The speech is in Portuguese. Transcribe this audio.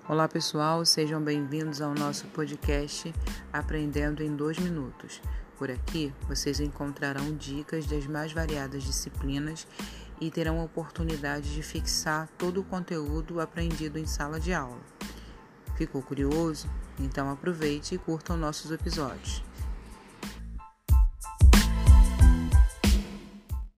Olá pessoal, sejam bem-vindos ao nosso podcast Aprendendo em 2 Minutos. Por aqui vocês encontrarão dicas das mais variadas disciplinas e terão a oportunidade de fixar todo o conteúdo aprendido em sala de aula. Ficou curioso? Então aproveite e curtam nossos episódios.